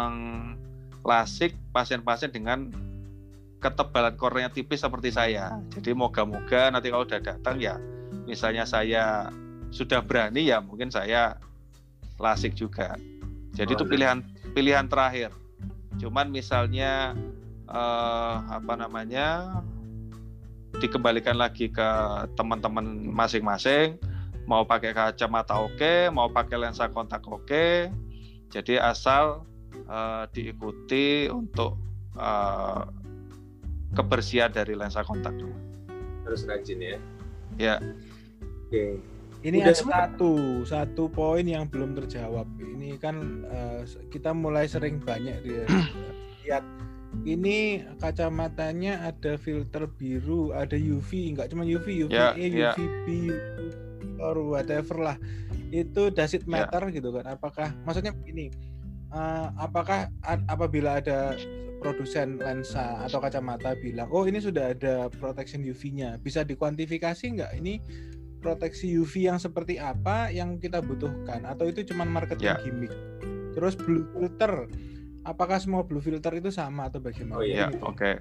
meng-LASIK pasien-pasien dengan ketebalan kornea tipis seperti saya. Jadi moga-moga nanti kalau udah datang ya, misalnya saya sudah berani ya mungkin saya LASIK juga. Jadi oh, itu pilihan pilihan terakhir. Cuman misalnya eh, apa namanya dikembalikan lagi ke teman-teman masing-masing, mau pakai kacamata oke, mau pakai lensa kontak oke. Jadi asal eh, diikuti untuk eh, kebersihan dari lensa kontaknya. Harus rajin ya. Ya. Oke. Ini Udah ada semua. satu satu poin yang belum terjawab. Ini kan uh, kita mulai sering banyak dia lihat ini kacamatanya ada filter biru, ada U V, enggak cuma U V, U V A, yeah, U V B, yeah. or whatever lah. Itu does it matter yeah. gitu kan? Apakah maksudnya begini? Uh, apakah a- apabila ada produsen lensa atau kacamata bilang, oh ini sudah ada protection U V-nya, bisa dikuantifikasi nggak ini proteksi U V yang seperti apa yang kita butuhkan, atau itu cuma marketing yeah. gimmick? Terus blue filter, apakah semua blue filter itu sama atau bagaimana? Oh iya, gitu. Oke. Okay.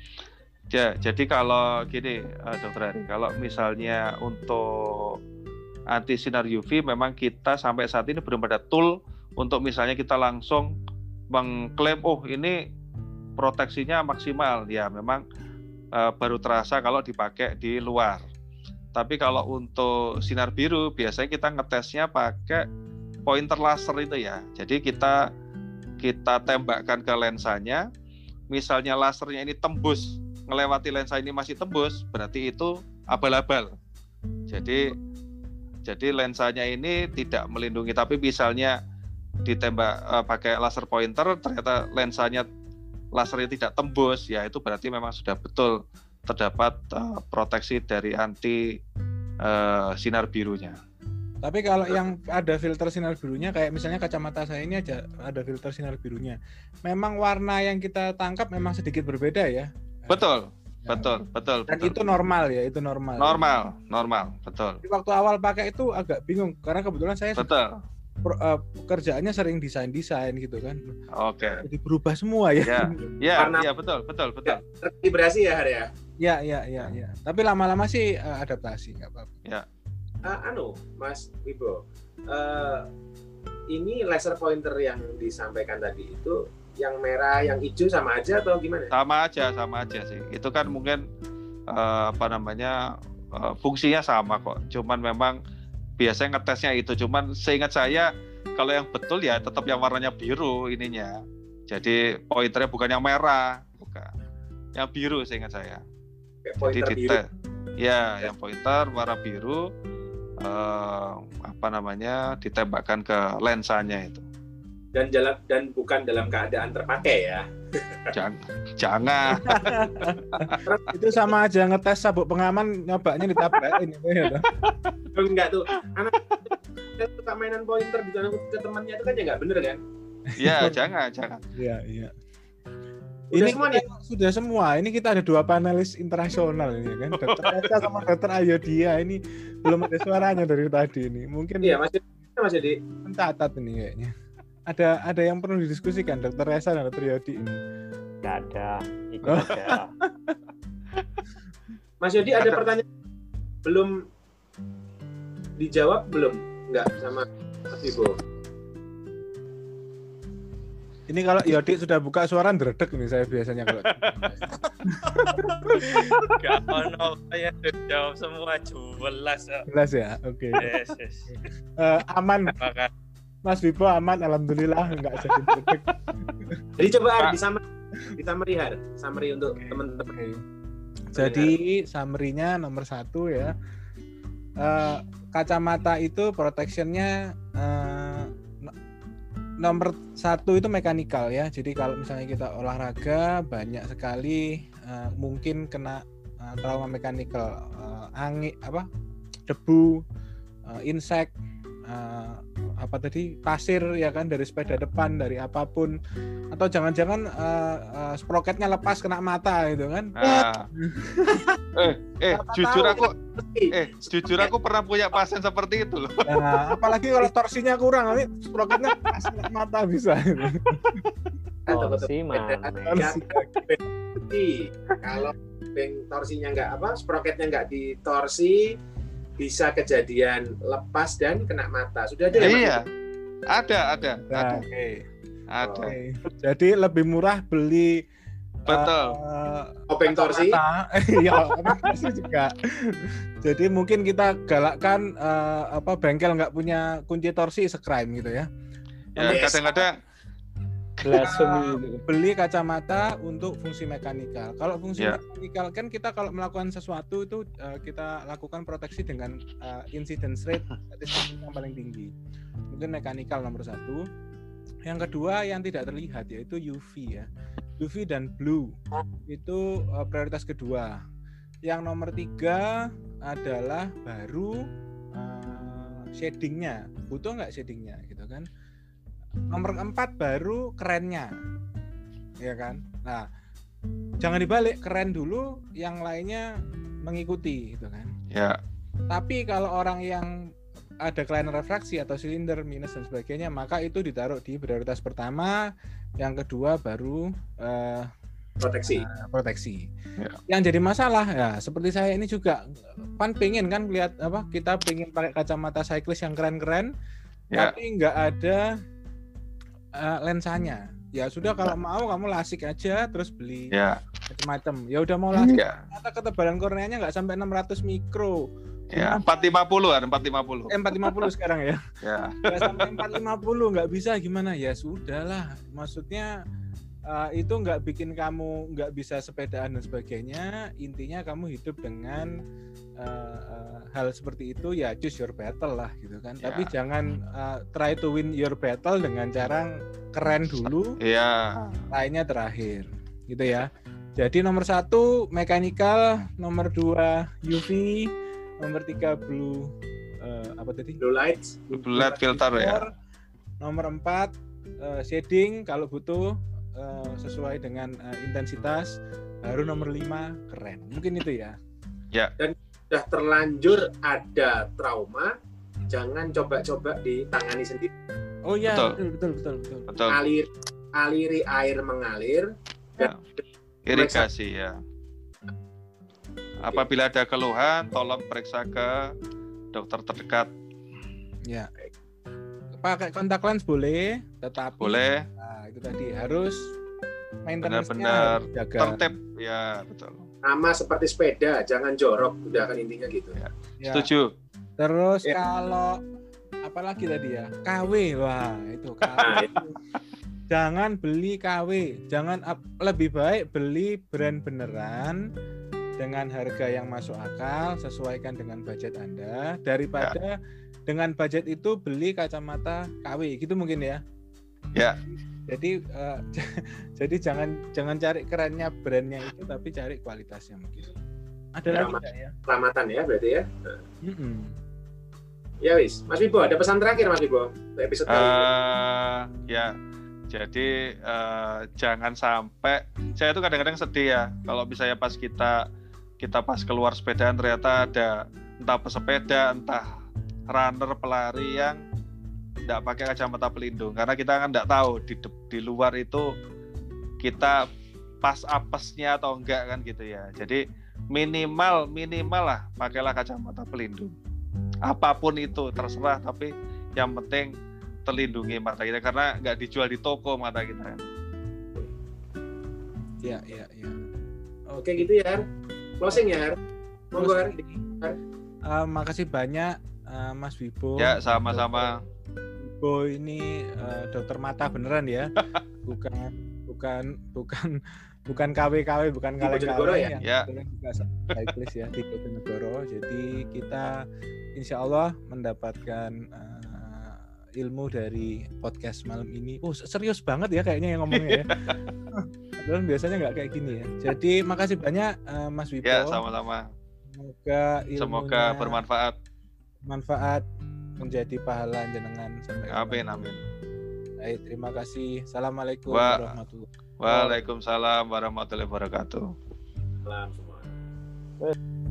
Ya, jadi kalau gini, uh, Dokter Ari, kalau misalnya untuk anti sinar U V, memang kita sampai saat ini belum ada tool untuk misalnya kita langsung mengklaim, oh ini proteksinya maksimal. Ya, memang uh, baru terasa kalau dipakai di luar. Tapi kalau untuk sinar biru, biasanya kita ngetesnya pakai pointer laser itu ya. Jadi kita kita tembakkan ke lensanya, misalnya lasernya ini tembus, ngelewati lensa ini masih tembus, berarti itu abal-abal. Jadi jadi lensanya ini tidak melindungi. Tapi misalnya ditembak uh, pakai laser pointer, ternyata lensanya lasernya tidak tembus, ya itu berarti memang sudah betul terdapat uh, proteksi dari anti uh, sinar birunya. Tapi kalau yang ada filter sinar birunya, kayak misalnya kacamata saya ini aja ada filter sinar birunya, memang warna yang kita tangkap memang sedikit berbeda ya? Betul, ya. betul, betul. Dan betul. itu normal ya, itu normal. Normal, ya? normal, betul. Di waktu awal pakai itu agak bingung, karena kebetulan saya betul. Pro, uh, pekerjaannya sering desain-desain gitu kan. Oke. Okay. Jadi berubah semua ya. Ya, ya, ya betul, betul, betul. Tervibrasi ya, Har ya? Ya, ya, ya, ya. Tapi lama-lama sih uh, adaptasi, nggak apa-apa. Ya. uh, anu Mas Wibo, uh, ini laser pointer yang disampaikan tadi itu yang merah, yang hijau sama aja atau gimana? Sama aja, sama aja sih. Itu kan mungkin uh, apa namanya uh, fungsinya sama kok. Cuman memang biasanya ngetesnya itu. Cuman seingat saya kalau yang betul ya tetap yang warnanya biru ininya. Jadi pointernya bukan yang merah, bukan. Yang biru seingat saya. Kayak pointer Jadi biru. Ya, yang pointer warna biru. Uh, apa namanya ditembakkan ke lensanya itu dan jalan dan bukan dalam keadaan terpakai ya. jangan jangan Itu sama aja ngetes sabuk pengaman nyobanya ditabrakin itu ya. Enggak tuh anak suka mainan pointer di sana ke temannya itu kan ya nggak bener kan. ya jangan jangan Iya iya. Udah Ini semua kita, sudah semua. Ini kita ada dua panelis internasional ini kan, Dokter Esa sama Dokter Ayodia. Ini belum ada suaranya dari tadi ini. Mungkin Iya Mas Mas Jadi mencatat ini kayaknya. Ada ada yang perlu didiskusikan Dokter Esa dan Dokter Yodi ini. Nggak ada, ikut Oh. aja. Mas Yodi ada pertanyaan belum dijawab belum? Enggak sama Mas Wibo. Ini kalau Yodi sudah buka suara ndredeg nih saya biasanya kalau. Gak ono, saya sudah jawab semua jelas. Jelas ya, oke. Yes, yes. Eh, aman, Maka Mas Wibo aman, alhamdulillah nggak jadi ndredeg. Jadi coba Pak. di summary, di summary Har, summary untuk teman-teman. Oke. Jadi summary-nya nomor satu ya, eh, kacamata itu protection-nya eh, no- nomor satu itu mekanikal ya. Jadi kalau misalnya kita olahraga banyak sekali eh, mungkin kena eh, trauma mekanikal, eh, angin apa, debu, eh, insek, eh, apa tadi pasir ya kan dari sepeda depan, dari apapun, atau jangan-jangan eh, eh, sproketnya lepas kena mata gitu kan. nah. eh eh Siapa jujur tahu. aku eh jujur aku pernah punya pasien seperti itu loh. Nah, apalagi kalau torsinya kurang, nanti sproketnya pas kena mata bisa. Torsi mana? Kalau beng torsinya nggak apa, sproketnya nggak ditorsi, bisa kejadian lepas dan kena mata. Sudah ada ya? Mas? Iya, ada ada Nah, ada oke. ada. Oke. Jadi lebih murah beli Betul. eh, Obeng torsi. kacamata. Iya, obeng torsi juga. Jadi mungkin kita galakkan eh, apa bengkel nggak punya kunci torsi sekrime gitu ya. Ya Yes. kadang-kadang Blasphemy itu. Beli kacamata untuk fungsi mekanikal. Kalau fungsi Ya. mekanikal kan kita kalau melakukan sesuatu itu uh, kita lakukan proteksi dengan uh, incidence rate statistik yang paling tinggi. Mungkin mekanikal nomor satu. Yang kedua yang tidak terlihat yaitu U V ya. U V dan blue itu uh, prioritas kedua. Yang nomor tiga adalah baru uh, shadingnya. Butuh nggak shadingnya gitu kan? Nomor empat baru kerennya, ya kan? Nah, jangan dibalik, keren dulu, yang lainnya mengikuti, gitu kan? ya Tapi kalau orang yang ada kelainan refraksi atau silinder minus dan sebagainya, maka itu ditaruh di prioritas pertama, yang kedua baru eh, Proteksi. eh, proteksi. Ya. Yang jadi masalah ya, seperti saya ini juga, kan pengen kan lihat apa? Kita pengen pakai kacamata cyclist yang keren-keren, ya tapi nggak ada uh, lensanya. Ya sudah kalau mau kamu lasik aja terus beli ya macam-macam. Ya udah mau lasik, ya ternyata ketebalan korneanya nggak sampai enam ratus mikro. ya empat ratus lima puluh an empat ratus lima puluh. Eh, empat ratus lima puluh sekarang ya. Ya Nggak sampai empat ratus lima puluh, nggak bisa gimana? Ya sudahlah. Maksudnya uh, itu nggak bikin kamu nggak bisa sepedaan dan sebagainya. Intinya kamu hidup dengan uh, uh, hal seperti itu, ya choose your battle lah gitu kan. Ya. Tapi jangan uh, try to win your battle dengan cara keren dulu, ya lainnya terakhir gitu ya. Jadi nomor satu mechanical, nomor dua U V, nomor tiga blue uh, apa tadi? Blue lights. blue light filter ya. Nomor empat uh, shading kalau butuh uh, sesuai dengan uh, intensitas. Baru nomor lima keren. Mungkin itu ya. Sudah terlanjur ada trauma, jangan coba-coba ditangani sendiri. Oh iya, Betul. betul betul betul betul. Betul. Alir, aliri air mengalir. Ya. Irigasi ya. Apabila ada keluhan, tolong periksa ke dokter terdekat. Ya. Pakai kontak lens boleh, tetapi Boleh. Nah, itu tadi harus maintenance-nya Benar-benar harus jaga. tertib, ya betul. Sama seperti sepeda, jangan jorok, udah kan intinya gitu. Ya. Ya. Setuju. Terus Ya. kalau apalagi tadi ya, K W, wah itu K W. Nah, itu. Jangan beli K W, jangan ap- lebih baik beli brand beneran dengan harga yang masuk akal, sesuaikan dengan budget Anda daripada dengan budget itu beli kacamata K W gitu mungkin ya. Ya. Jadi eh, jadi jangan jangan cari kerennya brandnya itu, tapi cari kualitasnya mungkin. Ada Ya, lagi Mas. nggak ya? Selamatan ya berarti ya. Nah. Mm-mm. Ya wis, Mas Wibo ada pesan terakhir Mas Wibo untuk episode kali ini. Eh, ya, jadi eh, jangan sampai, saya itu kadang-kadang sedih ya kalau misalnya pas kita kita pas keluar sepedaan ternyata ada entah pesepeda, entah runner, pelari yang tidak pakai kacamata pelindung, karena kita kan tidak tahu di di luar itu kita pas apesnya atau enggak kan gitu ya. Jadi minimal minimal lah pakailah kacamata pelindung. Apapun itu terserah, tapi yang penting terlindungi mata kita, karena nggak dijual di toko mata kita kan. Ya, ya, ya. Oke gitu ya. Closing ya. Monggo Har. Uh, makasih banyak uh, Mas Wibo. Ya, sama-sama. Wibo ini uh, dokter mata beneran ya. bukan bukan bukan bukan K W K W, bukan Di Bojonegoro ya? yang Ya. kebetulan juga cyclist ya di Bojonegoro. Jadi kita insya Allah mendapatkan uh, ilmu dari podcast malam ini. Oh serius banget ya kayaknya yang ngomongnya ya. Padahal biasanya nggak kayak gini ya. Jadi makasih banyak uh, Mas Wibo. Ya, sama-sama. Semoga ilmunya Semoga bermanfaat. manfaat menjadi pahala jenengan sampai Amin, amin. Baik, terima kasih. Assalamualaikum Wa- warahmatullahi wabarakatuh. Waalaikumsalam warahmatullahi wabarakatuh. Salam semua.